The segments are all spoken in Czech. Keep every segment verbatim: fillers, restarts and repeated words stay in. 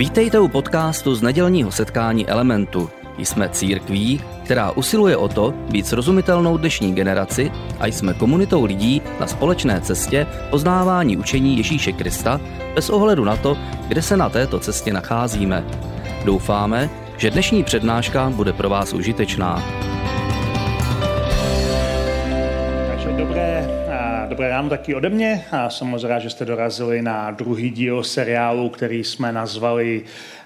Vítejte u podcastu z nedělního setkání Elementu. Jsme církví, která usiluje o to být srozumitelnou dnešní generaci a jsme komunitou lidí na společné cestě poznávání učení Ježíše Krista bez ohledu na to, kde se na této cestě nacházíme. Doufáme, že dnešní přednáška bude pro vás užitečná. Takže dobré, dobré ráno taky ode mě. A jsem moc rád, že jste dorazili na druhý díl seriálu, který jsme nazvali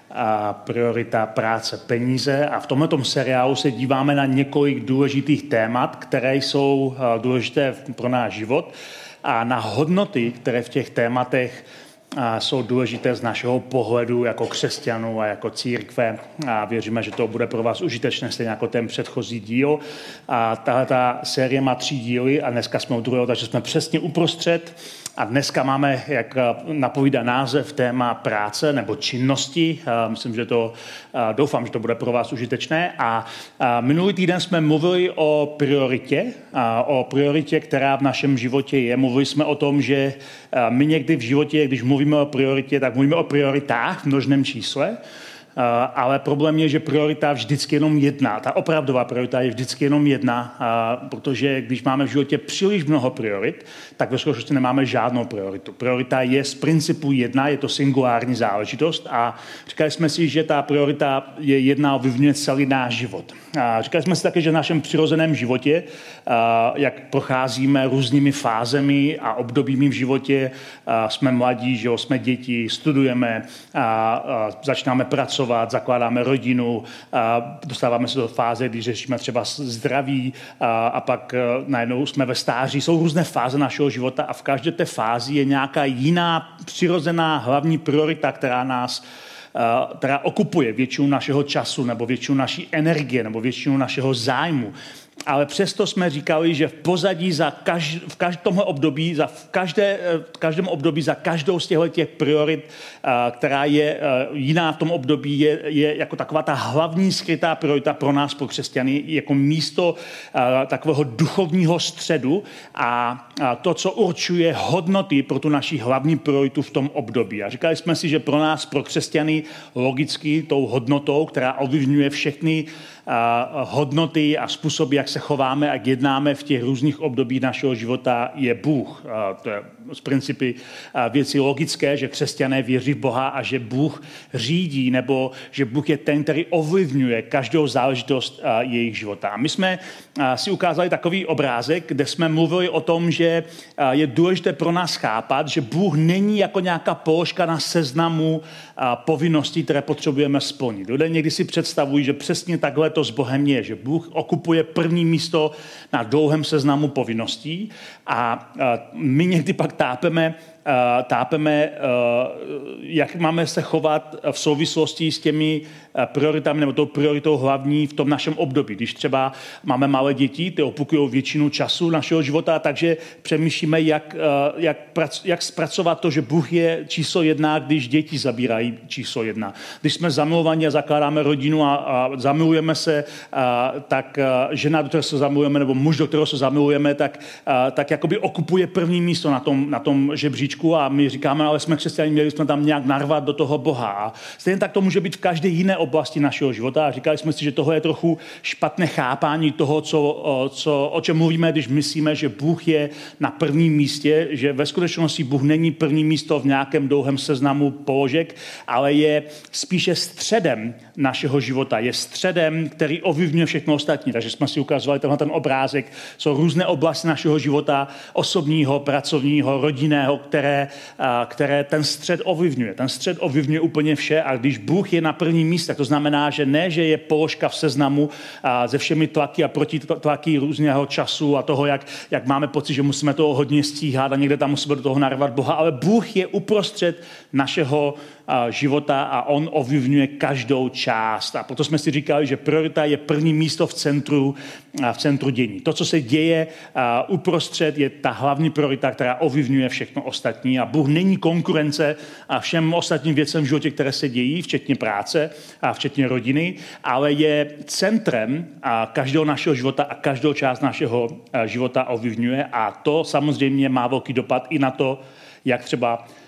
a priorita práce peníze. A v tomto seriálu se díváme na několik důležitých témat, které jsou důležité pro náš život a na hodnoty, které v těch tématech jsou důležité z našeho pohledu jako křesťanů a jako církve. A věříme, že to bude pro vás užitečné, stejně jako ten předchozí díl. A tahle ta série má tři díly a dneska jsme u druhého, takže jsme přesně uprostřed. A dneska máme, jak napovídá název, téma práce nebo činnosti. Myslím, že to, doufám, že to bude pro vás užitečné. A minulý týden jsme mluvili o prioritě, o prioritě, která v našem životě je. Mluvili jsme o tom, že my někdy v životě, když mluvíme o prioritě, tak mluvíme o prioritách v množném čísle. Uh, ale problém je, že priorita je vždycky jenom jedna. Ta opravdová priorita je vždycky jenom jedna, uh, protože když máme v životě příliš mnoho priorit, tak ve skutečnosti nemáme žádnou prioritu. Priorita je z principu jedna, je to singulární záležitost a říkali jsme si, že ta priorita je jedna, ovlivňuje celý náš život. Uh, říkali jsme si také, že v našem přirozeném životě, uh, jak procházíme různými fázemi a obdobími v životě, uh, jsme mladí, že jo, jsme děti, studujeme, uh, uh, začínáme pracovat, zakládáme rodinu, a dostáváme se do fáze, kdy řešíme třeba zdraví a, a pak najednou jsme ve stáří. Jsou různé fáze našeho života a v každé té fázi je nějaká jiná přirozená hlavní priorita, která nás která okupuje většinu našeho času nebo většinu naší energie nebo většinu našeho zájmu. Ale přesto jsme říkali, že v pozadí za každ- v každém období, za v, každé, v každém období za každou z těchto těch priorit, uh, která je uh, jiná v tom období, je, je jako taková ta hlavní skrytá priorita pro nás, pro křesťany, jako místo uh, takového duchovního středu a uh, to, co určuje hodnoty pro tu naši hlavní prioritu v tom období. A říkali jsme si, že pro nás, pro křesťany, logicky tou hodnotou, která ovlivňuje všechny hodnoty a způsoby, jak se chováme a jak jednáme v těch různých obdobích našeho života, je Bůh. To je z principy věci logické, že křesťané věří v Boha a že Bůh řídí, nebo že Bůh je ten, který ovlivňuje každou záležitost jejich života. A my jsme si ukázali takový obrázek, kde jsme mluvili o tom, že je důležité pro nás chápat, že Bůh není jako nějaká položka na seznamu povinností, které potřebujeme splnit. Lidé někdy si představují, že přesně takhle to s Bohem je, že Bůh okupuje první místo na dlouhém seznamu povinností a my někdy pak tápeme, tápeme, jak máme se chovat v souvislosti s těmi prioritami nebo tou prioritou hlavní v tom našem období. Když třeba máme malé děti, ty opukují většinu času našeho života, takže přemýšlíme, jak, jak, jak zpracovat to, že Bůh je číslo jedna, když děti zabírají číslo jedna. Když jsme zamilovaní a zakládáme rodinu a, a zamilujeme se, a, tak a, žena, do které se zamilujeme, nebo muž, do kterého se zamilujeme, tak, a, tak jakoby okupuje první místo na tom, na tom žebříčku a my říkáme, ale jsme křesťané, měli jsme tam nějak narvat do toho Boha. A stejně tak to může být v každé jiné oblasti našeho života. A říkali jsme si, že tohle je trochu špatné chápání toho, co, co, o čem mluvíme, když myslíme, že Bůh je na prvním místě, že ve skutečnosti Bůh není první místo v nějakém dlouhém seznamu položek, ale je spíše středem našeho života. Je středem, který ovlivňuje všechno ostatní. Takže jsme si ukazovali tenhle ten obrázek. Jsou různé oblasti našeho života, osobního, pracovního, rodinného, které, které ten střed ovlivňuje. Ten střed ovlivňuje úplně vše a když Bůh je na prvním místě, to znamená, že ne, že je položka v seznamu a se všemi tlaky a protitlaky různého času a toho, jak, jak máme pocit, že musíme toho hodně stíhat a někde tam musíme do toho narvat Boha, ale Bůh je uprostřed našeho života a on ovlivňuje každou část. A proto jsme si říkali, že priorita je první místo v centru, v centru dění. To, co se děje uprostřed, je ta hlavní priorita, která ovlivňuje všechno ostatní. A Bůh není konkurence všem ostatním věcem v životě, které se dějí, včetně práce a včetně rodiny, ale je centrem každého našeho života a každou část našeho života ovlivňuje. A to samozřejmě má velký dopad i na to, jak třeba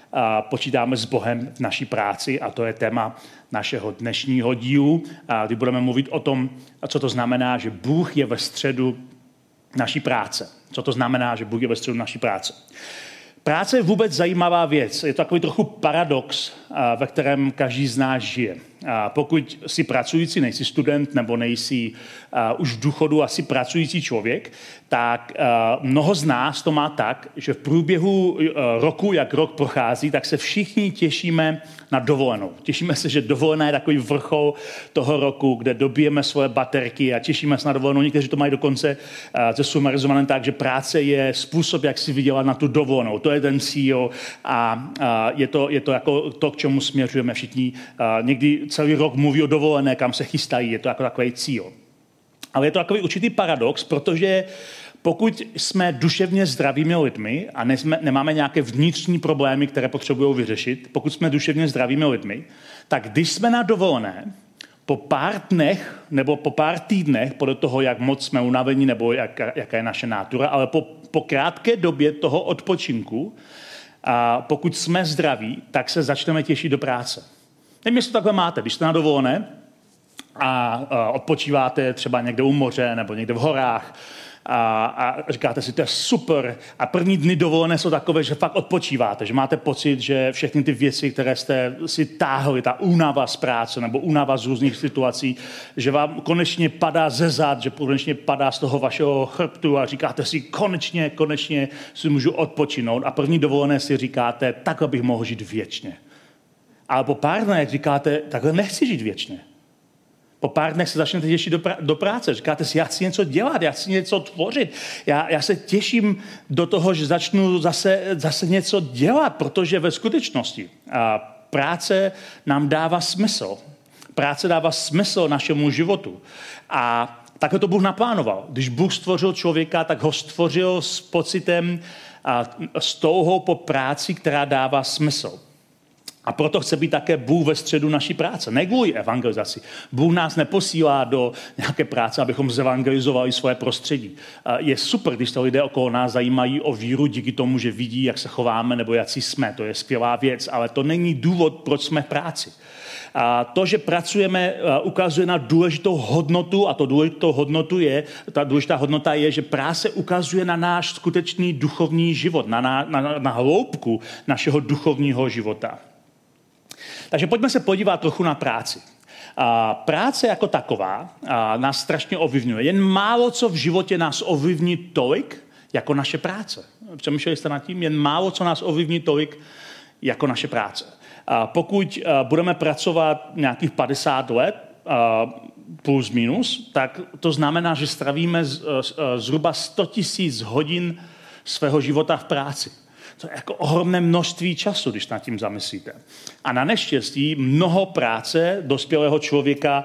počítáme s Bohem v naší práci a to je téma našeho dnešního dílu, kdy budeme mluvit o tom, co to znamená, že Bůh je ve středu naší práce. Co to znamená, že Bůh je ve středu naší práce. Práce je vůbec zajímavá věc. Je to takový trochu paradox, ve kterém každý z nás žije. Pokud jsi pracující, nejsi student nebo nejsi už v důchodu a jsi pracující člověk, tak mnoho z nás to má tak, že v průběhu roku, jak rok prochází, tak se všichni těšíme na dovolenou. Těšíme se, že dovolená je takový vrchol toho roku, kde dobijeme svoje baterky a těšíme se na dovolenou. Někteří to mají dokonce zesumarizované tak, že práce je způsob, jak si vydělat na tu dovolenou. To je ten cíl a je to, je to jako to, k čemu směřujeme všichni. Někdy celý rok mluví o dovolené, kam se chystají, je to jako takový cíl. Ale je to takový určitý paradox, protože pokud jsme duševně zdravými lidmi a nejsme, nemáme nějaké vnitřní problémy, které potřebují vyřešit, pokud jsme duševně zdravými lidmi, tak když jsme na dovolené, po pár dnech nebo po pár týdnech, podle toho, jak moc jsme unavení nebo jak, jaká je naše nátura, ale po, po krátké době toho odpočinku, a pokud jsme zdraví, tak se začneme těšit do práce. Nevím, jestli to takhle máte, když jste na dovolené a, a odpočíváte třeba někde u moře nebo někde v horách a, a říkáte si, to je super. A první dny dovolené jsou takové, že fakt odpočíváte, že máte pocit, že všechny ty věci, které jste si táhli, ta únava z práce nebo únava z různých situací, že vám konečně padá ze zad, že konečně padá z toho vašeho chrbtu a říkáte si, konečně, konečně si můžu odpočinout. A první dovolené si říkáte, takhle bych mohl žít věčně. Ale po pár dnech říkáte, takhle nechci žít věčně. Po pár dnech se začnete těšit do, pra- do práce. Říkáte si, já chci něco dělat, já chci něco tvořit. Já, já se těším do toho, že začnu zase, zase něco dělat, protože ve skutečnosti a práce nám dává smysl. Práce dává smysl našemu životu. A takhle to Bůh naplánoval. Když Bůh stvořil člověka, tak ho stvořil s pocitem a s touhou po práci, která dává smysl. A proto chce být také Bůh ve středu naší práce. Ne kvůli evangelizaci. Bůh nás neposílá do nějaké práce, abychom zevangelizovali svoje prostředí. Je super, když se lidé okolo nás zajímají o víru díky tomu, že vidí, jak se chováme nebo jaký jsme. To je skvělá věc, ale to není důvod, proč jsme v práci. A to, že pracujeme, ukazuje na důležitou hodnotu a to důležitou hodnotu je, ta důležitá hodnota je, že práce ukazuje na náš skutečný duchovní život, na, na, na, na hloubku našeho duchovního života. Takže pojďme se podívat trochu na práci. A práce jako taková a nás strašně ovlivňuje. Jen málo co v životě nás ovlivní tolik, jako naše práce. Přemýšleli jste nad tím? Jen málo co nás ovlivní tolik, jako naše práce. A pokud budeme pracovat nějakých padesát let, plus minus, tak to znamená, že stravíme zhruba sto tisíc hodin svého života v práci. To je jako ohromné množství času, když nad tím zamyslíte. A na neštěstí mnoho práce dospělého člověka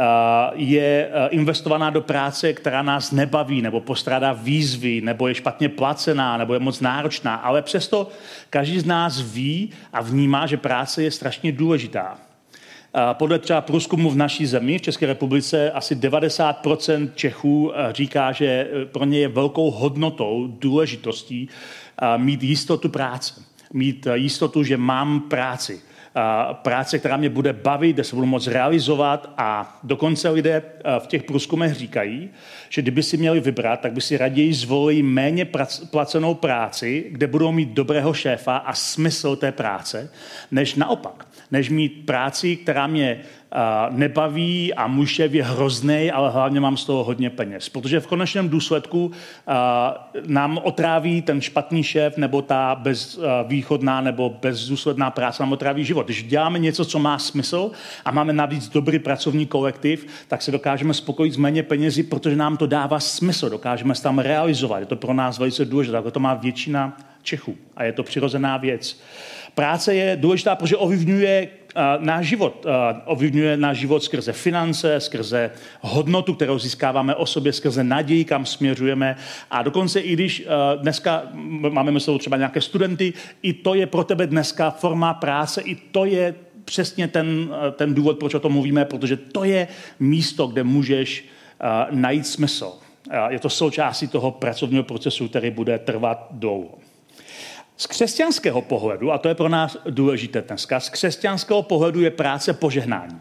je investovaná do práce, která nás nebaví, nebo postrádá výzvy, nebo je špatně placená, nebo je moc náročná. Ale přesto každý z nás ví a vnímá, že práce je strašně důležitá. Podle třeba průzkumu v naší zemi, v České republice, asi devadesát procent Čechů říká, že pro ně je velkou hodnotou, důležitostí mít jistotu práce. Mít jistotu, že mám práci. Práce, která mě bude bavit, kde se budu moct realizovat a dokonce lidé v těch průzkumech říkají, že kdyby si měli vybrat, tak by si raději zvolili méně placenou práci, kde budou mít dobrého šéfa a smysl té práce, než naopak. Než mít práci, která mě uh, nebaví a můj šéf je hroznej, ale hlavně mám z toho hodně peněz. Protože v konečném důsledku uh, nám otráví ten špatný šéf nebo ta bezvýchodná uh, nebo bezdůsledná práce nám otráví život. Když děláme něco, co má smysl a máme navíc dobrý pracovní kolektiv, tak se dokážeme spokojit s méně penězi, protože nám to dává smysl, dokážeme se tam realizovat. Je to pro nás velice důležité, to má většina Čechů a je to přirozená věc. Práce je důležitá, protože ovlivňuje uh, náš život. Uh, ovlivňuje náš život skrze finance, skrze hodnotu, kterou získáváme o sobě, skrze naději, kam směřujeme. A dokonce i když uh, dneska máme myslet třeba nějaké studenty, i to je pro tebe dneska forma práce, i to je přesně ten, ten důvod, proč o tom mluvíme, protože to je místo, kde můžeš uh, najít smysl. Uh, je to součástí toho pracovního procesu, který bude trvat dlouho. Z křesťanského pohledu, a to je pro nás důležité dneska, z křesťanského pohledu je práce požehnání.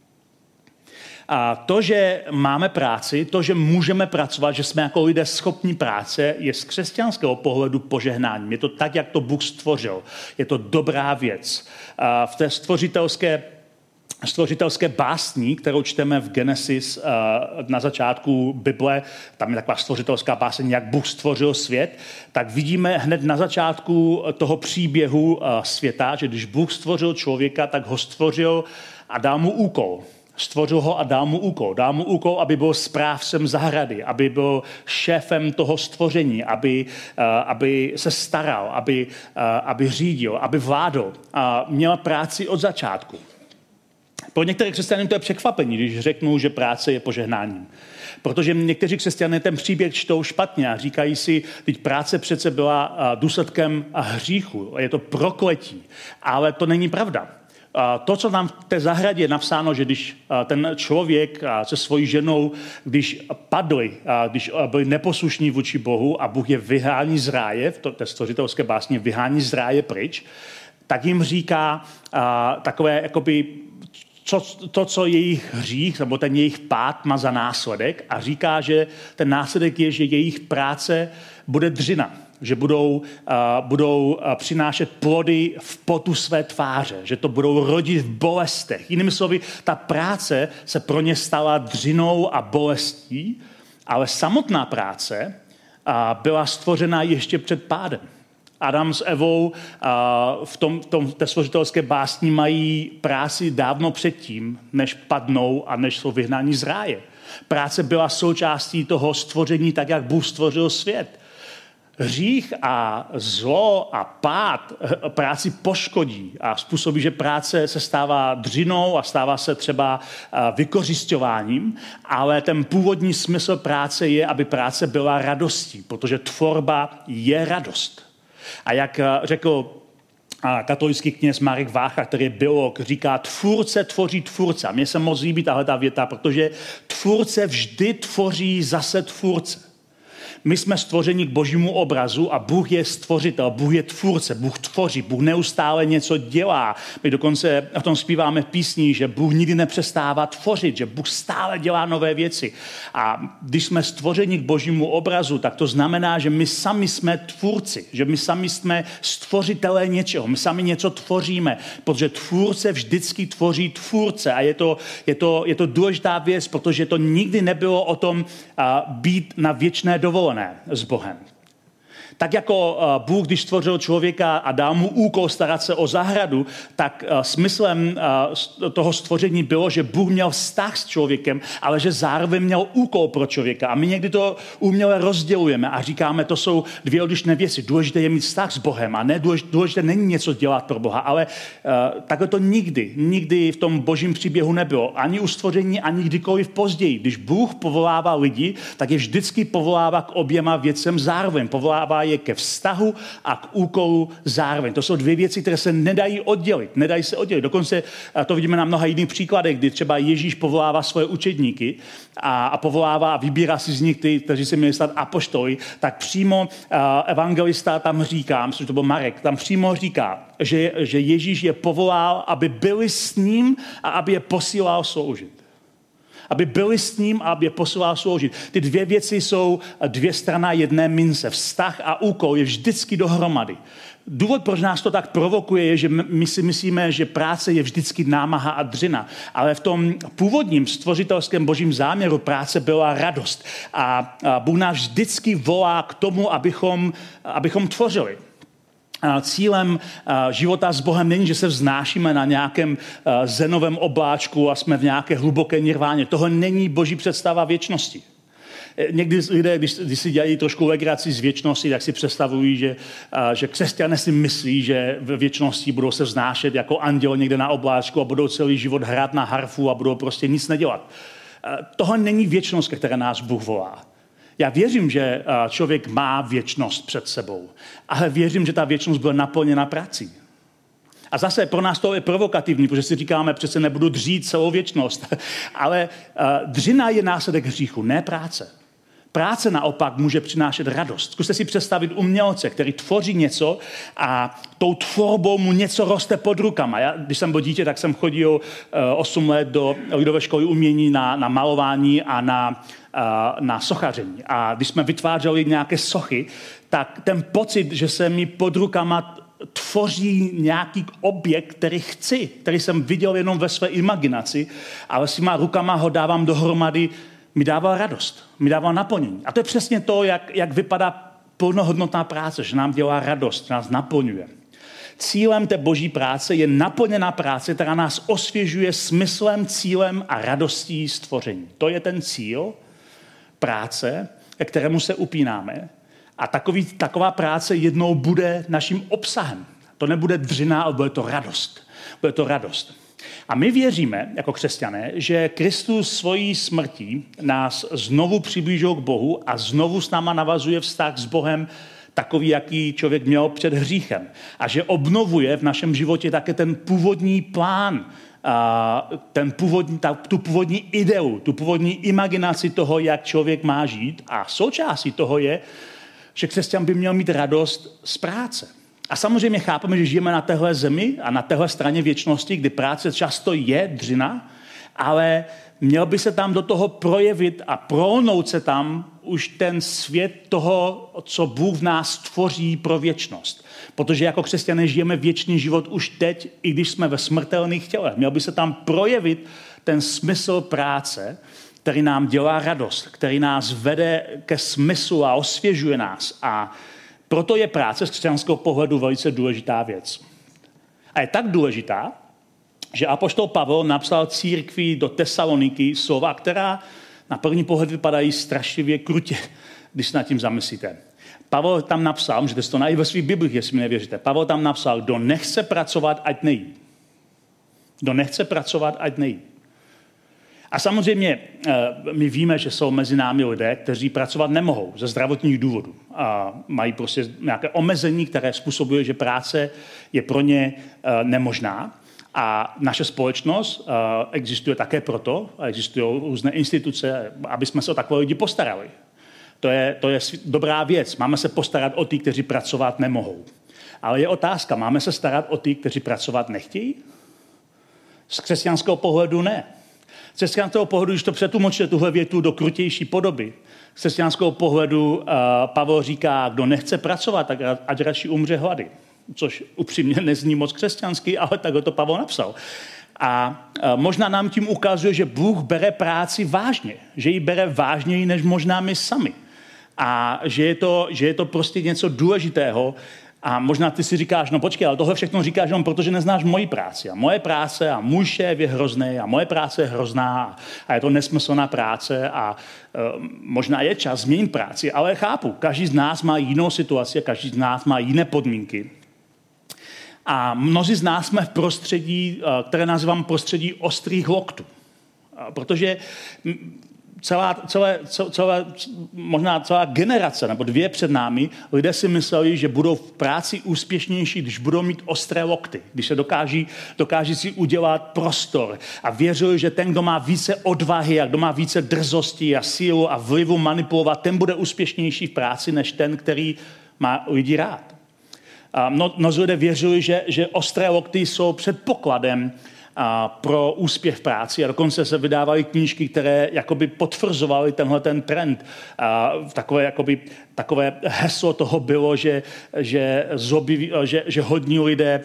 A to, že máme práci, to, že můžeme pracovat, že jsme jako lidé schopní práce, je z křesťanského pohledu požehnáním. Je to tak, jak to Bůh stvořil. Je to dobrá věc. A v té stvořitelské, stvořitelské básni, kterou čteme v Genesis na začátku Bible, tam je taková stvořitelská báseň, jak Bůh stvořil svět, tak vidíme hned na začátku toho příběhu světa, že když Bůh stvořil člověka, tak ho stvořil a dal mu úkol. Stvořil ho a dal mu úkol. Dal mu úkol, aby byl správcem zahrady, aby byl šéfem toho stvoření, aby, uh, aby se staral, aby, uh, aby řídil, aby vládl. A měl práci od začátku. Pro některé křesťany to je překvapení, když řeknu, že práce je požehnáním. Protože někteří křesťané ten příběh čtou špatně a říkají si, teď práce přece byla důsledkem hříchu, je to prokletí. Ale to není pravda. To, co nám v té zahradě je napsáno, že když ten člověk se svojí ženou, když padli, když byli neposlušní vůči Bohu a Bůh je vyhání z ráje, v té stvořitelské básně vyhání z ráje pryč, tak jim říká takové, jakoby, co, to, co jejich hřích, nebo ten jejich pád má za následek a říká, že ten následek je, že jejich práce bude dřina. Že budou, uh, budou uh, přinášet plody v potu své tváře, že to budou rodit v bolestech. Jinými slovy, ta práce se pro ně stala dřinou a bolestí, ale samotná práce uh, byla stvořena ještě před pádem. Adam s Evou uh, v tom, tom, té stvořitelské básni mají práci dávno předtím, než padnou a než jsou vyhnáni z ráje. Práce byla součástí toho stvoření tak, jak Bůh stvořil svět. Hřích a zlo a pád práci poškodí a způsobí, že práce se stává dřinou a stává se třeba vykořisťováním, ale ten původní smysl práce je, aby práce byla radostí, protože tvorba je radost. A jak řekl katolický kněz Marek Vácha, který je biolog, říká, tvůrce tvoří tvůrce. A mně se moc líbí tahle ta věta, protože tvůrce vždy tvoří zase tvůrce. My jsme stvořeni k božímu obrazu a Bůh je stvořitel, Bůh je tvůrce, Bůh tvoří, Bůh neustále něco dělá. My dokonce v tom zpíváme písní, že Bůh nikdy nepřestává tvořit, že Bůh stále dělá nové věci. A když jsme stvořeni k božímu obrazu, tak to znamená, že my sami jsme tvůrci, že my sami jsme stvořitelé něčeho, my sami něco tvoříme, protože tvůrce vždycky tvoří tvůrce a je to, je to, je to důležitá věc, protože to nikdy nebylo o tom uh, být na věčné dovolené s Bohem. Tak jako Bůh, když stvořil člověka a dal mu úkol starat se o zahradu, tak smyslem toho stvoření bylo, že Bůh měl vztah s člověkem, ale že zároveň měl úkol pro člověka. A my někdy to uměle rozdělujeme a říkáme, to jsou dvě odlišné věci. Důležité je mít vztah s Bohem a ne důležité není něco dělat pro Boha, ale uh, takhle to nikdy, nikdy v tom božím příběhu nebylo. Ani u stvoření, ani kdykoliv později. Když Bůh povolává lidi, tak je vždycky povolává k oběma věcem zároveň. Povolává je ke vztahu a k úkolu zároveň. To jsou dvě věci, které se nedají oddělit. Nedají se oddělit. Dokonce to vidíme na mnoha jiných příkladech, kdy třeba Ježíš povolává svoje učedníky a, a povolává a vybírá si z nich ty, kteří se měli stát apoštoly, tak přímo uh, evangelista tam říká, myslím, že to byl Marek, tam přímo říká, že, že Ježíš je povolal, aby byli s ním a aby je posílal sloužit. Aby byli s ním a aby je posílal sloužit. Ty dvě věci jsou dvě strany jedné mince. Vztah a úkol je vždycky dohromady. Důvod, proč nás to tak provokuje, je, že my si myslíme, že práce je vždycky námaha a dřina. Ale v tom původním stvořitelském božím záměru práce byla radost. A Bůh nás vždycky volá k tomu, abychom, abychom tvořili. Cílem života s Bohem není, že se vznášíme na nějakém zenovém obláčku a jsme v nějaké hluboké nirváně. Tohle není boží představa věčnosti. Někdy lidé, když, když si dělají trošku legraci z věčnosti, tak si představují, že, že křesťané si myslí, že v věčnosti budou se vznášet jako anděl někde na obláčku a budou celý život hrát na harfu a budou prostě nic nedělat. Tohle není věčnost, které nás Bůh volá. Já věřím, že člověk má věčnost před sebou, ale věřím, že ta věčnost byla naplněna prací. A zase pro nás to je provokativní, protože si říkáme, přece nebudu dřít celou věčnost. Ale dřina je následek hříchu, ne práce. Práce naopak může přinášet radost. Zkuste si představit umělce, který tvoří něco a tou tvorbou mu něco roste pod rukama. Já, když jsem byl dítě, tak jsem chodil uh, osm let do lidové školy umění na, na malování a na, uh, na sochaření. A když jsme vytvářeli nějaké sochy, tak ten pocit, že se mi pod rukama tvoří nějaký objekt, který chci, který jsem viděl jenom ve své imaginaci, ale s těma rukama ho dávám dohromady, mi dává radost, mi dává naplnění. A to je přesně to, jak, jak vypadá plnohodnotná práce, že nám dělá radost, že nás naplňuje. Cílem té boží práce je naplněná práce, která nás osvěžuje smyslem, cílem a radostí stvoření. To je ten cíl práce, ke kterému se upínáme. A takový, taková práce jednou bude naším obsahem. To nebude dřina, ale bude to radost. Bude to radost. A my věříme, jako křesťané, že Kristus svojí smrtí nás znovu přiblížil k Bohu a znovu s náma navazuje vztah s Bohem takový, jaký člověk měl před hříchem. A že obnovuje v našem životě také ten původní plán, ten původní, ta, tu původní ideu, tu původní imaginaci toho, jak člověk má žít. A součástí toho je, že křesťan by měl mít radost z práce. A samozřejmě chápeme, že žijeme na téhle zemi a na téhle straně věčnosti, kdy práce často je dřina, ale měl by se tam do toho projevit a prolnout se tam už ten svět toho, co Bůh v nás tvoří pro věčnost. Protože jako křesťané žijeme věčný život už teď, i když jsme ve smrtelných tělech. Měl by se tam projevit ten smysl práce, který nám dělá radost, který nás vede ke smyslu a osvěžuje nás. A proto je práce z křesťanského pohledu velice důležitá věc. A je tak důležitá, že apoštol Pavel napsal církvi do Tesaloniky slova, která na první pohled vypadají strašlivě krutě, když se nad tím zamyslíte. Pavel tam napsal, můžete si to najít ve svých biblích, jestli mi nevěříte. Pavel tam napsal, kdo nechce pracovat, ať nejí. Kdo nechce pracovat, ať nejí. A samozřejmě my víme, že jsou mezi námi lidé, kteří pracovat nemohou ze zdravotních důvodů. A mají prostě nějaké omezení, které způsobuje, že práce je pro ně nemožná. A naše společnost existuje také proto, a existují různé instituce, aby jsme se o takové lidi postarali. To je, to je dobrá věc. Máme se postarat o ty, kteří pracovat nemohou. Ale je otázka, máme se starat o ty, kteří pracovat nechtějí? Z křesťanského pohledu ne. Z křesťanského pohledu, když to přetlumočíte tuhle větu do krutější podoby, z křesťanského pohledu uh, Pavel říká, kdo nechce pracovat, tak ať radši umře hlady. Což upřímně nezní moc křesťanský, ale tak to Pavel napsal. A uh, možná nám tím ukazuje, že Bůh bere práci vážně. Že ji bere vážněji, než možná my sami. A že je to, že je to prostě něco důležitého. A možná ty si říkáš, no počkej, ale tohle všechno říkáš jenom proto, že neznáš moji práci. A moje práce a můj šéf je hrozný a moje práce je hrozná a je to nesmyslná práce a uh, možná je čas změnit práci, ale chápu, každý z nás má jinou situaci a každý z nás má jiné podmínky. A mnozí z nás jsme v prostředí, uh, které nazývám prostředí ostrých loktů. Uh, protože Celá, celé, celé, možná celá generace nebo dvě před námi, lidé si mysleli, že budou v práci úspěšnější, když budou mít ostré lokty, když se dokáží, dokáží si udělat prostor. A věřili, že ten, kdo má více odvahy a kdo má více drzosti a sílu a vlivu manipulovat, ten bude úspěšnější v práci, než ten, který má lidi rád. A mnozí lidé věřili, že, že ostré lokty jsou předpokladem a pro úspěch v práci a dokonce se vydávaly knížky, které jakoby potvrzovaly tenhle ten trend. A takové, jakoby, takové heslo toho bylo, že, že, zobiví, že, že hodní lidé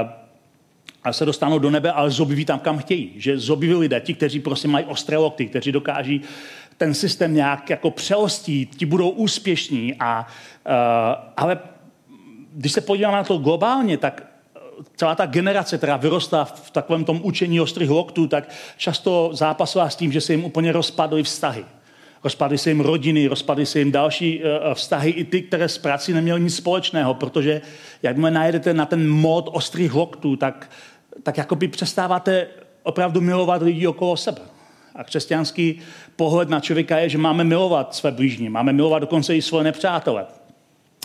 a se dostanou do nebe, ale zobiví tam, kam chtějí. Že zobiví lidé, ti, kteří prostě mají ostré lokty, kteří dokáží ten systém nějak jako přelstít, ti budou úspěšní. A, ale když se podíváme na to globálně, tak celá ta generace, která vyrostla v takovém tom učení ostrých loktů, tak často zápasovala s tím, že se jim úplně rozpadly vztahy. Rozpadly se jim rodiny, rozpadly se jim další uh, vztahy, i ty, které s prací neměly nic společného, protože jakmile najedete na ten mód ostrých loktů, tak, tak jakoby přestáváte opravdu milovat lidi okolo sebe. A křesťanský pohled na člověka je, že máme milovat své blížní, máme milovat dokonce i své nepřátele.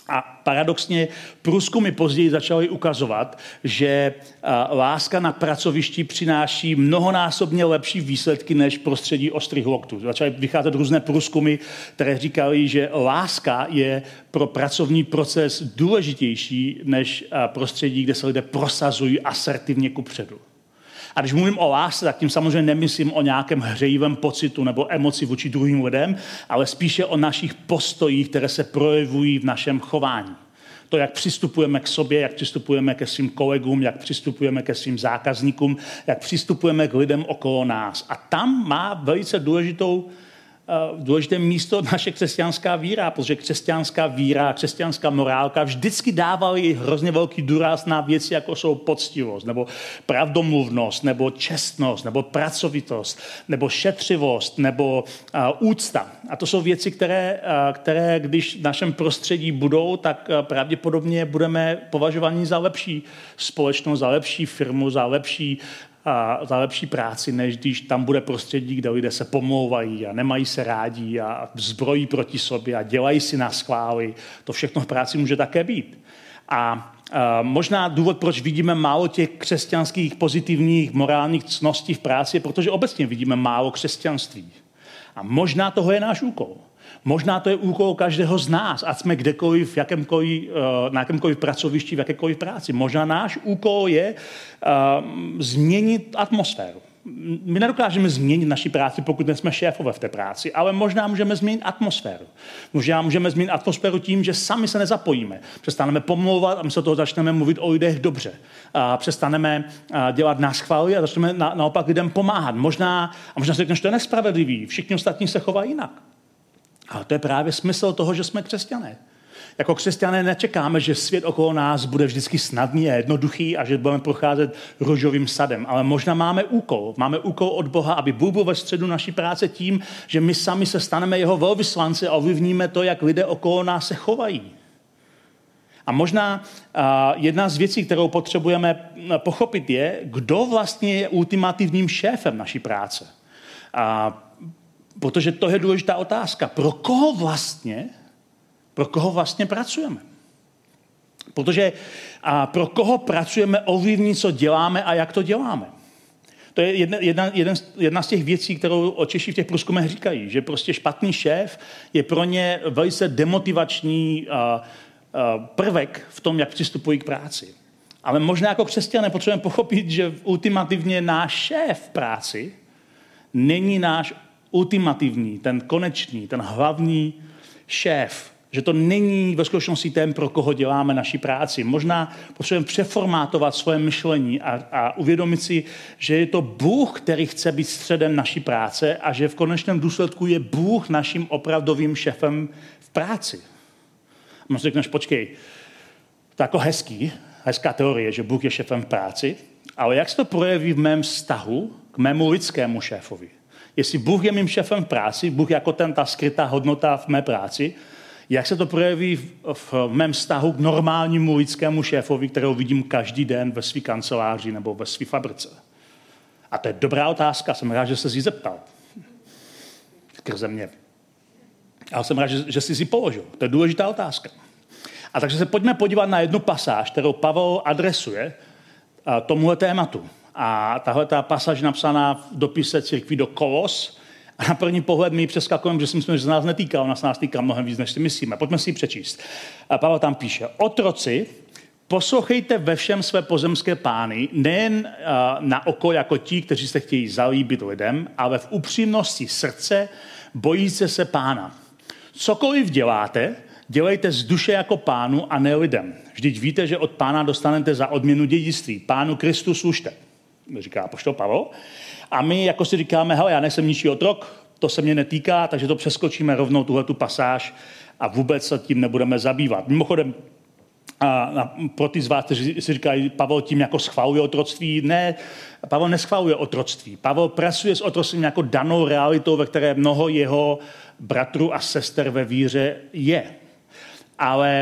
A paradoxně průzkumy později začaly ukazovat, že láska na pracovišti přináší mnohonásobně lepší výsledky než prostředí ostrých loktů. Začaly vycházet různé průzkumy, které říkaly, že láska je pro pracovní proces důležitější než prostředí, kde se lidé prosazují asertivně kupředu. A když mluvím o lásce, tak tím samozřejmě nemyslím o nějakém hřejivém pocitu nebo emoci vůči druhým lidem, ale spíše o našich postojích, které se projevují v našem chování. To, jak přistupujeme k sobě, jak přistupujeme ke svým kolegům, jak přistupujeme ke svým zákazníkům, jak přistupujeme k lidem okolo nás. A tam má velice důležitou důležité místo naše křesťanská víra, protože křesťanská víra, křesťanská morálka vždycky dávaly hrozně velký důraz na věci, jako jsou poctivost, nebo pravdomluvnost, nebo čestnost, nebo pracovitost, nebo šetřivost, nebo uh, úcta. A to jsou věci, které, uh, které, když v našem prostředí budou, tak uh, pravděpodobně budeme považováni za lepší společnost, za lepší firmu, za lepší a za lepší práci, než když tam bude prostředí, kde lidé se pomlouvají a nemají se rádi a zbrojí proti sobě a dělají si na schvály. To všechno v práci může také být. A, a možná důvod, proč vidíme málo těch křesťanských pozitivních morálních cností v práci, je, protože obecně vidíme málo křesťanství. A možná toho je náš úkol. Možná to je úkol každého z nás, ať jsme kdekoliv, v jakémkoliv, na jakémkoliv pracovišti, v jakékoliv práci. Možná náš úkol je uh, změnit atmosféru. My nedokážeme změnit naši práci, pokud nejsme šéfové v té práci, ale možná můžeme změnit atmosféru. Možná můžeme změnit atmosféru tím, že sami se nezapojíme. Přestaneme pomlouvat a my se toho začneme mluvit o lidech dobře. A přestaneme dělat náschvály a začneme na, naopak lidem pomáhat. Možná, a možná si řekneme, že to je nespravedlivý, všichni ostatní se chovají jinak. Ale to je právě smysl toho, že jsme křesťané. Jako křesťané nečekáme, že svět okolo nás bude vždycky snadný a jednoduchý a že budeme procházet růžovým sadem. Ale možná máme úkol. Máme úkol od Boha, aby Bůh byl ve středu naší práce tím, že my sami se staneme jeho velvyslanci a ovlivníme to, jak lidé okolo nás se chovají. A možná uh, jedna z věcí, kterou potřebujeme pochopit, je, kdo vlastně je ultimativním šéfem naší práce. Uh, Protože to je důležitá otázka. Pro koho vlastně, pro koho vlastně pracujeme? Protože a pro koho pracujeme, ovlivní, co děláme a jak to děláme. To je jedna, jedna, jedna, jedna z těch věcí, kterou Češi v těch průzkumech říkají, že prostě špatný šéf je pro ně velice demotivační a, a, prvek v tom, jak přistupují k práci. Ale možná jako křesťané potřebujeme pochopit, že ultimativně náš šéf v práci není náš ultimativní, ten konečný, ten hlavní šéf, že to není ve skutečnosti ten, pro koho děláme naši práci. Možná potřebujeme přeformátovat svoje myšlení a, a uvědomit si, že je to Bůh, který chce být středem naší práce a že v konečném důsledku je Bůh naším opravdovým šéfem v práci. A možná řekneš, počkej, to je jako hezký, hezká teorie, že Bůh je šéfem v práci, ale jak se to projeví v mém vztahu k mému lidskému šéfovi? Jestli Bůh je mým šéfem v práci, Bůh jako ten, ta skrytá hodnota v mé práci, jak se to projeví v, v mém vztahu k normálnímu lidskému šéfovi, kterého vidím každý den ve své kanceláři nebo ve své fabrice? A to je dobrá otázka, jsem rád, že jsi si zeptal. Skrze mě. Ale jsem rád, že, že jsi si položil. To je důležitá otázka. A takže se pojďme podívat na jednu pasáž, kterou Pavel adresuje tomuhle tématu. A tahle ta pasáž je napsaná v dopise církví do Kolos. A na první pohled my ji přeskakujeme, že si myslíme, že se nás netýká, ona se nás týká mnohem víc, než si myslíme. Pojďme si ji přečíst. A Pavel tam píše, otroci, poslouchejte ve všem své pozemské pány, nejen na oko jako ti, kteří se chtějí zalíbit lidem, ale v upřímnosti srdce, bojíce se pána. Cokoliv děláte, dělejte z duše jako pánu a ne lidem. Vždyť víte, že od pána dostanete za odměnu dědictví. Pánu Kristu služte, říká apoštol Pavel. A my jako si říkáme, hele, já nejsem ničí otrok, to se mě netýká, takže to přeskočíme rovnou tuhletu pasáž a vůbec se tím nebudeme zabývat. Mimochodem, a, a pro ty z vás, kteří si říkají, Pavel tím jako schvaluje otroctví, ne, Pavel neschvaluje otroctví. Pavel pracuje s otroctvím jako danou realitou, ve které mnoho jeho bratrů a sester ve víře je. Ale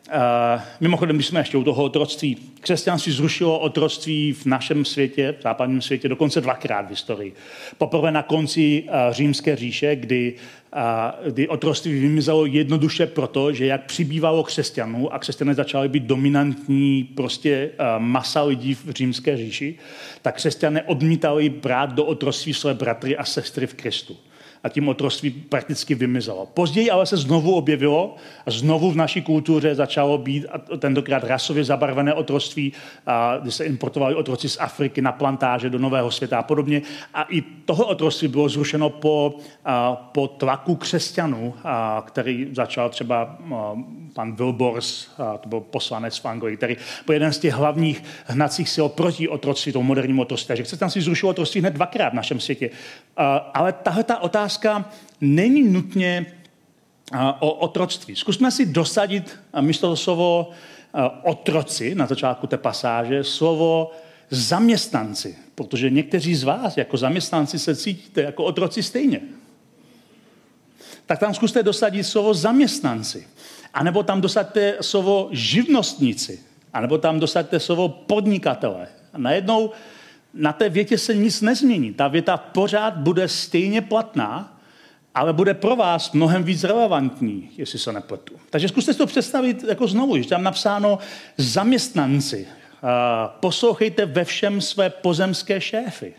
Uh, mimochodem, když jsme ještě u toho otroctví, křesťanství zrušilo otroctví v našem světě, v západním světě, dokonce dvakrát v historii. Poprvé na konci uh, římské říše, kdy, uh, kdy otroctví vymizelo jednoduše proto, že jak přibývalo křesťanů a křesťané začali být dominantní prostě uh, masa lidí v římské říši, tak křesťané odmítali brát do otroctví své bratry a sestry v Kristu. A tím otroctví prakticky vymizelo. Později ale se znovu objevilo a znovu v naší kultuře začalo být tentokrát rasově zabarvené otroctví, kdy se importovali otroci z Afriky na plantáže do Nového světa a podobně. A i toho otroctví bylo zrušeno po, po tlaku křesťanů, který začal třeba pan Wilbors, to byl poslanec v Anglii, který byl jeden z těch hlavních hnacích sil proti otroctví, tomu modernímu otroctví. Takže křesťanství zrušilo otroctví hned dvakrát v našem světě. Ale tahle ta otázka není nutně o otroctví. Zkusme si dosadit místo slovo otroci na začátku té pasáže slovo zaměstnanci, protože někteří z vás jako zaměstnanci se cítíte jako otroci stejně. Tak tam zkuste dosadit slovo zaměstnanci. A nebo tam dosaďte slovo živnostníci. A nebo tam dosaďte slovo podnikatele. A najednou na té větě se nic nezmění. Ta věta pořád bude stejně platná, ale bude pro vás mnohem víc relevantní, jestli se nepletu. Takže zkuste si to představit jako znovu, že tam napsáno zaměstnanci. Poslouchejte ve všem své pozemské šéfy.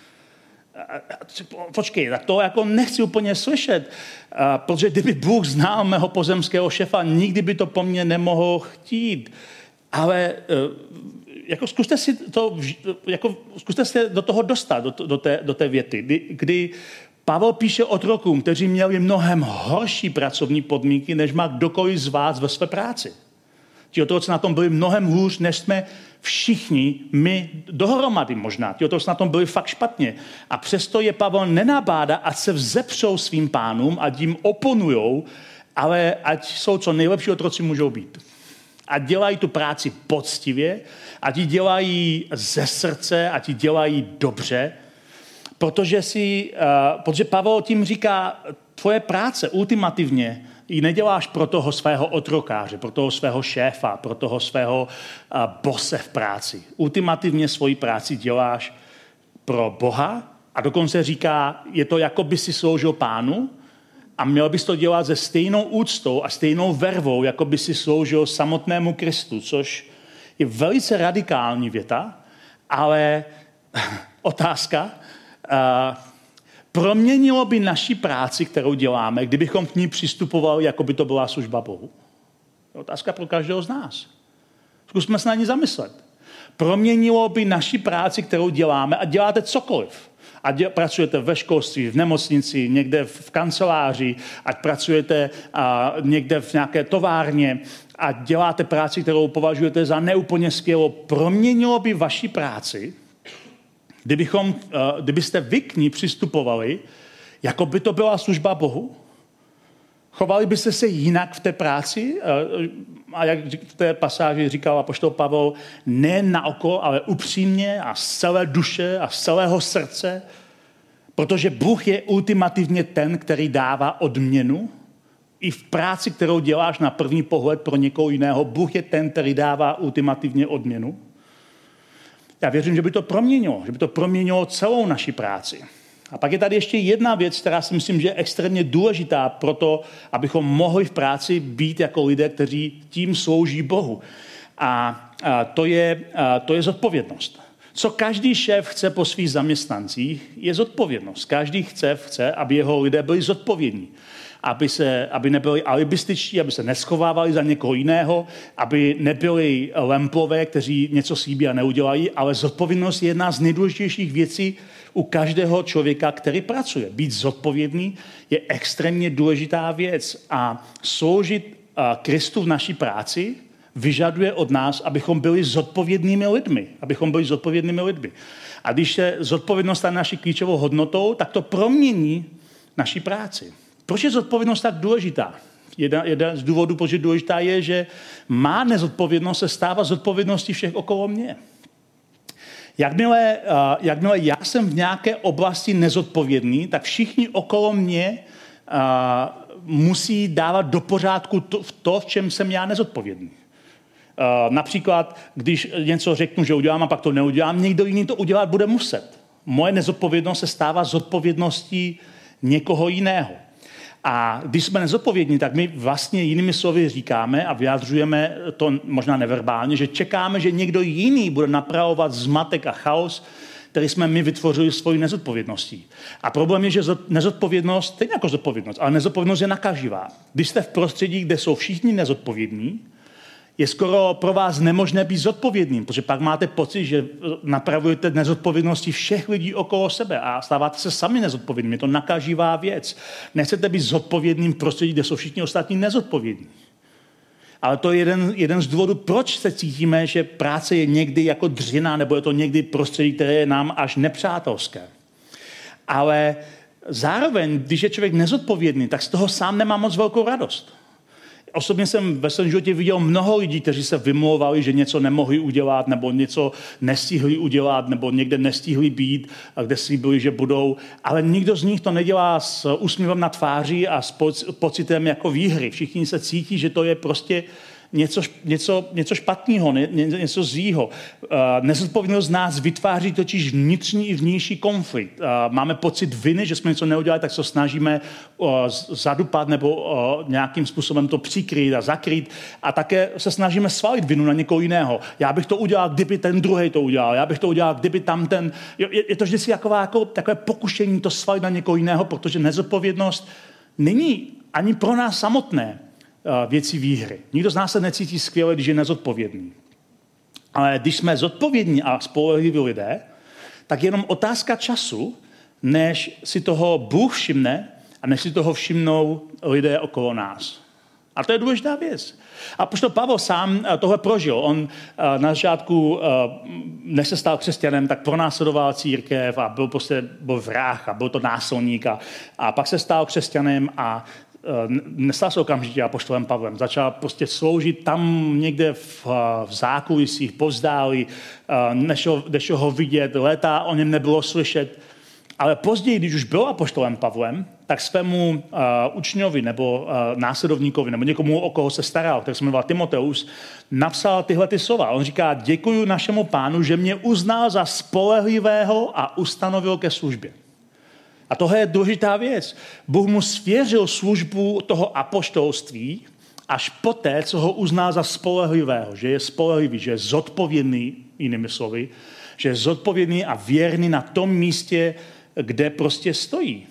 Počkej, tak to jako nechci úplně slyšet, protože kdyby Bůh znal mého pozemského šéfa, nikdy by to po mně nemohl chtít. Ale jako zkuste si to, jako zkuste se do toho dostat, do, do, té, do té věty, kdy, kdy Pavel píše otrokům, kteří měli mnohem horší pracovní podmínky, než má kdokoliv z vás ve své práci. Ti otroci na tom byli mnohem hůř, než jsme všichni my dohromady možná. Ti otroci na tom byli fakt špatně. A přesto je Pavel nenabádá, ať se vzepřou svým pánům, ať jim oponujou, ale ať jsou co nejlepší otroci můžou být. A dělají tu práci poctivě, ať ji dělají ze srdce, ať ji dělají dobře, protože, si, uh, protože Pavel tím říká, tvoje práce ultimativně ji neděláš pro toho svého otrokáře, pro toho svého šéfa, pro toho svého uh, bose v práci. Ultimativně svoji práci děláš pro Boha a dokonce říká, je to jako by si sloužil pánu, a měl bys to dělat se stejnou úctou a stejnou vervou, jako by si sloužil samotnému Kristu, což je velice radikální věta, ale otázka, uh, proměnilo by naši práci, kterou děláme, kdybychom k ní přistupovali, jako by to byla služba Bohu? To je otázka pro každého z nás. Zkusme se na ní zamyslet. Proměnilo by naši práci, kterou děláme, a děláte cokoliv. Ať pracujete ve školství, v nemocnici, někde v kanceláři, ať pracujete a, někde v nějaké továrně, ať děláte práci, kterou považujete za neúplně skvělou, proměnilo by vaši práci, kdybychom, a, kdybyste vy k ní přistupovali, jako by to byla služba Bohu? Chovali byste se jinak v té práci? A jak v té pasáži říkal apoštol Pavel, ne na oko, ale upřímně a z celé duše a z celého srdce, protože Bůh je ultimativně ten, který dává odměnu. I v práci, kterou děláš na první pohled pro někoho jiného, Bůh je ten, který dává ultimativně odměnu. Já věřím, že by to proměnilo, že by to proměnilo celou naši práci. A pak je tady ještě jedna věc, která si myslím, že je extrémně důležitá pro to, abychom mohli v práci být jako lidé, kteří tím slouží Bohu. A, a to, je, a to je zodpovědnost. Co každý šéf chce po svých zaměstnancích, je zodpovědnost. Každý chce, chce, aby jeho lidé byli zodpovědní. Aby, se, aby nebyli alibističtí, aby se neschovávali za někoho jiného, aby nebyli lemplové, kteří něco slíbí a neudělají, ale zodpovědnost je jedna z nejdůležitějších věcí u každého člověka, který pracuje. Být zodpovědný je extrémně důležitá věc a sloužit Kristu v naší práci vyžaduje od nás, abychom byli zodpovědnými lidmi. Abychom byli zodpovědnými lidmi. A když je zodpovědnost stane naší klíčovou hodnotou, tak to promění naší práci. Proč je zodpovědnost tak důležitá? Jeden, jeden z důvodů, proč je důležitá, je, že má nezodpovědnost se stává zodpovědností všech okolo mě. Jakmile, uh, jakmile já jsem v nějaké oblasti nezodpovědný, tak všichni okolo mě uh, musí dávat do pořádku to, v to, v čem jsem já nezodpovědný. Například, když něco řeknu, že udělám a pak to neudělám, někdo jiný to udělat bude muset. Moje nezodpovědnost se stává zodpovědností někoho jiného. A když jsme nezodpovědní, tak my vlastně jinými slovy říkáme a vyjadřujeme to možná neverbálně, že čekáme, že někdo jiný bude napravovat zmatek a chaos, který jsme my vytvořili svojí nezodpovědností. A problém je, že nezodpovědnost, stejně jako zodpovědnost, ale nezodpovědnost je nakaživá. Když jste v prostředí, kde jsou všichni nezodpovědní, je skoro pro vás nemožné být zodpovědným, protože pak máte pocit, že napravujete nezodpovědnosti všech lidí okolo sebe a stáváte se sami nezodpovědným. Je to nakaživá věc. Nechcete být zodpovědným v prostředí, kde jsou všichni ostatní nezodpovědní. Ale to je jeden, jeden z důvodů, proč se cítíme, že práce je někdy jako dřina, nebo je to někdy prostředí, které je nám až nepřátelské. Ale zároveň, když je člověk nezodpovědný, tak z toho sám nemá moc velkou radost. Osobně jsem ve svém životě viděl mnoho lidí, kteří se vymlouvali, že něco nemohli udělat, nebo něco nestihli udělat, nebo někde nestihli být, a kde slíbili, že budou. Ale nikdo z nich to nedělá s úsměvem na tváři a s pocitem jako výhry. Všichni se cítí, že to je prostě něco, něco, něco špatného, něco zlýho. Nezodpovědnost z nás vytváří totiž vnitřní i vnější konflikt. Máme pocit viny, že jsme něco neudělali, tak se snažíme zadupat nebo nějakým způsobem to přikrýt a zakrýt. A také se snažíme svalit vinu na někoho jiného. Já bych to udělal, kdyby ten druhej to udělal. Já bych to udělal, kdyby tam ten... Je to vždycky taková, jako, takové pokušení to svalit na někoho jiného, protože nezodpovědnost není ani pro nás samotné věcí výhry. Nikdo z nás se necítí skvěle, když je nezodpovědný. Ale když jsme zodpovědní a spolehliví lidé, tak je jenom otázka času, než si toho Bůh všimne a než si toho všimnou lidé okolo nás. A to je důležitá věc. A apoštol Pavel sám tohle prožil. On na začátku, než se stal křesťanem, tak pronásledoval církev a byl, prostě, byl vrah a byl to násilník. A, a pak se stal křesťanem a nestal se okamžitě apoštolem Pavlem. Začal prostě sloužit tam někde v, v zákulisích, povzdálí, nešel ho vidět, léta o něm nebylo slyšet. Ale později, když už byl apoštolem Pavlem, tak svému uh, učňovi nebo uh, následovníkovi nebo někomu, o koho se staral, který se jmenoval Timoteus, napsal tyhle ty slova. On říká, děkuji našemu pánu, že mě uznal za spolehlivého a ustanovil ke službě. A tohle je důležitá věc. Bůh mu svěřil službu toho apoštolství až poté, co ho uznal za spolehlivého, že je spolehlivý, že je zodpovědný, jinými slovy, že je zodpovědný a věrný na tom místě, kde prostě stojí.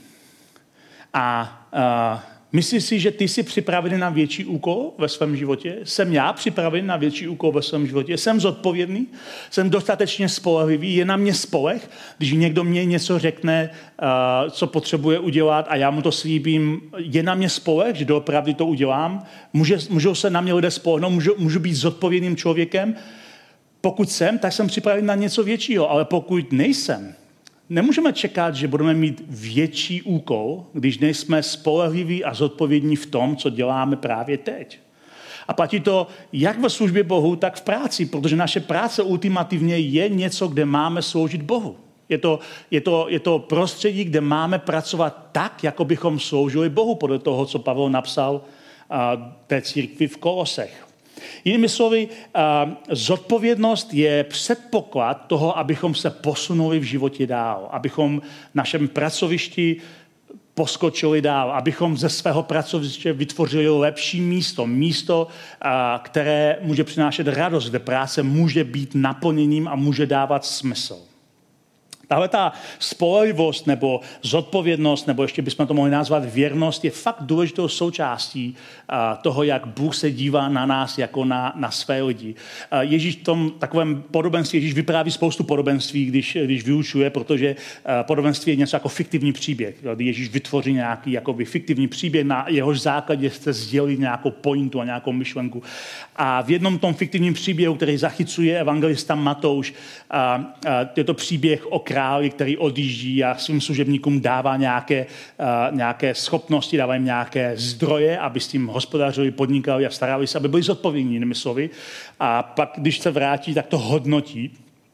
A, a myslíš si, že ty jsi připravený na větší úkol ve svém životě? Jsem já připravený na větší úkol ve svém životě? Jsem zodpovědný? Jsem dostatečně spolehlivý? Je na mě spoleh, když někdo mě něco řekne, uh, co potřebuje udělat a já mu to slíbím, je na mě spoleh, že doopravdy to udělám? Může, můžou se na mě lidé spolehnout? Můžu, můžu být zodpovědným člověkem? Pokud jsem, tak jsem připravený na něco většího, ale pokud nejsem, nemůžeme čekat, že budeme mít větší úkol, když nejsme spolehliví a zodpovědní v tom, co děláme právě teď. A platí to jak ve službě Bohu, tak v práci, protože naše práce ultimativně je něco, kde máme sloužit Bohu. Je to, je to, je to prostředí, kde máme pracovat tak, jako bychom sloužili Bohu, podle toho, co Pavel napsal a, té církvi v Kolosech. Jinými slovy, zodpovědnost je předpoklad toho, abychom se posunuli v životě dál, abychom v našem pracovišti poskočili dál, abychom ze svého pracoviště vytvořili lepší místo, místo, které může přinášet radost, kde práce může být naplněním a může dávat smysl. Tahle ta spolehlivost nebo zodpovědnost, nebo ještě bychom to mohli nazvat věrnost, je fakt důležitou součástí toho, jak Bůh se dívá na nás jako na, na své lidi. Ježíš v tom takovém podobenství, Ježíš vypráví spoustu podobenství, když, když vyučuje, protože podobenství je něco jako fiktivní příběh. Ježíš vytvoří nějaký jakoby fiktivní příběh, na jehož základě chce sdělit nějakou pointu a nějakou myšlenku. A v jednom tom fiktivním příběhu, který zachycuje evangelista Matouš, a, a je to příběh o králi, který odjíždí a svým služebníkům dává nějaké, uh, nějaké schopnosti, dává jim nějaké zdroje, aby s tím hospodařili, podnikali a starali se, aby byli zodpovědní, jinými slovy. A pak, když se vrátí, tak to hodnotí.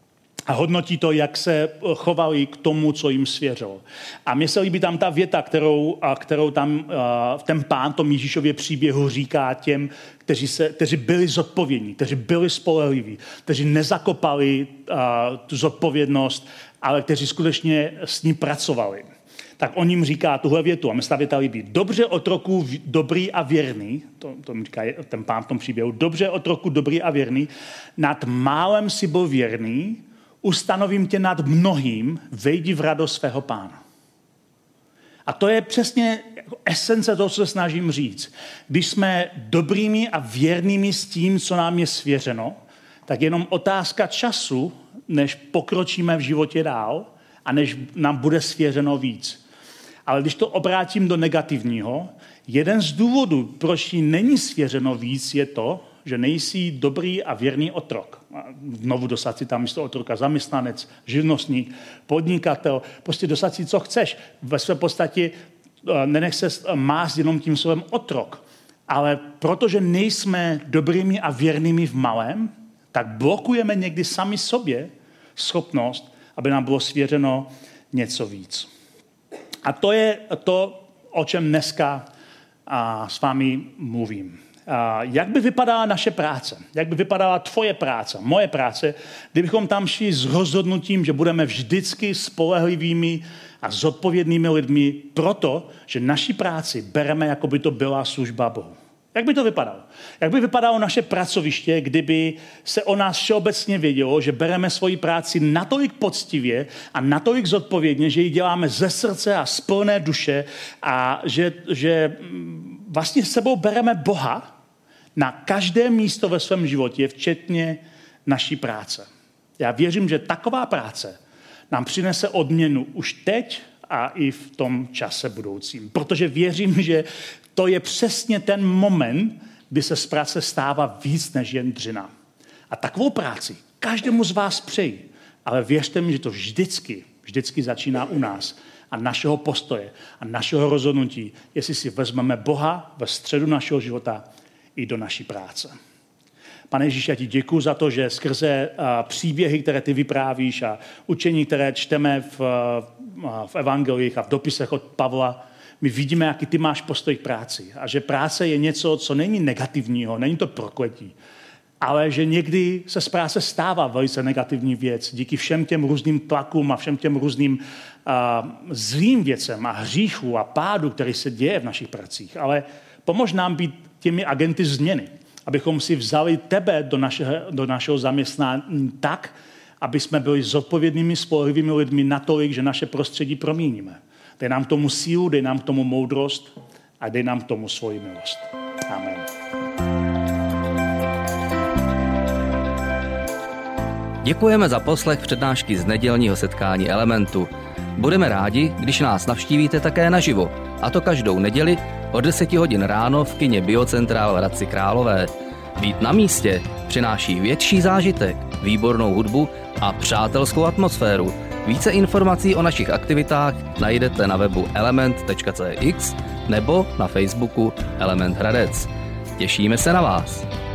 A hodnotí to, jak se chovali k tomu, co jim svěřilo. A mně se líbí tam ta věta, kterou, kterou tam ten pán tom Ježíšově příběhu říká těm, kteří, se, kteří byli zodpovědní, kteří byli spolehliví, kteří nezakopali tu zodpovědnost, ale kteří skutečně s ní pracovali. Tak on jim říká tuhle větu, a mě se ta věta líbí. Dobře, otroku dobrý a věrný, to, to mi říká ten pán v tom příběhu, dobře, otroku dobrý a věrný, nad málem si byl věrný, ustanovím tě nad mnohým, vejdi v radost svého pána. A to je přesně esence toho, co se snažím říct. Když jsme dobrými a věrnými s tím, co nám je svěřeno, tak jenom otázka času, než pokročíme v životě dál a než nám bude svěřeno víc. Ale když to obrátím do negativního, jeden z důvodů, proč jí není svěřeno víc, je to, že nejsi dobrý a věrný otrok. Znovu dostat si tam místo otroka zaměstnanec, živnostník, podnikatel, prostě dostat si, co chceš. Ve své podstatě nenech se mást jenom tím slovem otrok. Ale protože nejsme dobrými a věrnými v malém, tak blokujeme někdy sami sobě schopnost, aby nám bylo svěřeno něco víc. A to je to, o čem dneska a, s vámi mluvím. A, jak by vypadala naše práce? Jak by vypadala tvoje práce, moje práce, kdybychom tam šli s rozhodnutím, že budeme vždycky spolehlivými a zodpovědnými lidmi proto, že naši práci bereme, jako by to byla služba Bohu. Jak by to vypadalo? Jak by vypadalo naše pracoviště, kdyby se o nás všeobecně vědělo, že bereme svoji práci natolik poctivě a natolik zodpovědně, že ji děláme ze srdce a z plné duše a že, že vlastně s sebou bereme Boha na každé místo ve svém životě, včetně naší práce. Já věřím, že taková práce nám přinese odměnu už teď a i v tom čase budoucím. Protože věřím, že to je přesně ten moment, kdy se z práce stává víc než jen dřina. A takovou práci každému z vás přeji. Ale věřte mi, že to vždycky, vždycky začíná u nás a našeho postoje a našeho rozhodnutí, jestli si vezmeme Boha ve středu našeho života i do naší práce. Pane Ježíši, já ti děkuju za to, že skrze příběhy, které ty vyprávíš a učení, které čteme v, v evangelích a v dopisech od Pavla, my vidíme, jaký ty máš postoj k práci. A že práce je něco, co není negativního, není to prokletí. Ale že někdy se z práce stává velice negativní věc díky všem těm různým tlakům a všem těm různým uh, zlým věcem a hříchu a pádu, který se děje v našich pracích. Ale pomož nám být těmi agenty změny, abychom si vzali tebe do našeho, do našeho zaměstnání tak, aby jsme byli zodpovědnými, spolehlivými lidmi natolik, že naše prostředí proměníme. Dej nám k tomu sílu, dej nám k tomu moudrost a dej nám k tomu svoji milost. Amen. Děkujeme za poslech přednášky z nedělního setkání Elementu. Budeme rádi, když nás navštívíte také naživo, a to každou neděli od deseti hodin ráno v kině Biocentrál v Hradci Králové. Být na místě přináší větší zážitek, výbornou hudbu a přátelskou atmosféru. Více informací o našich aktivitách najdete na webu element tečka cé x nebo na Facebooku Element Hradec. Těšíme se na vás.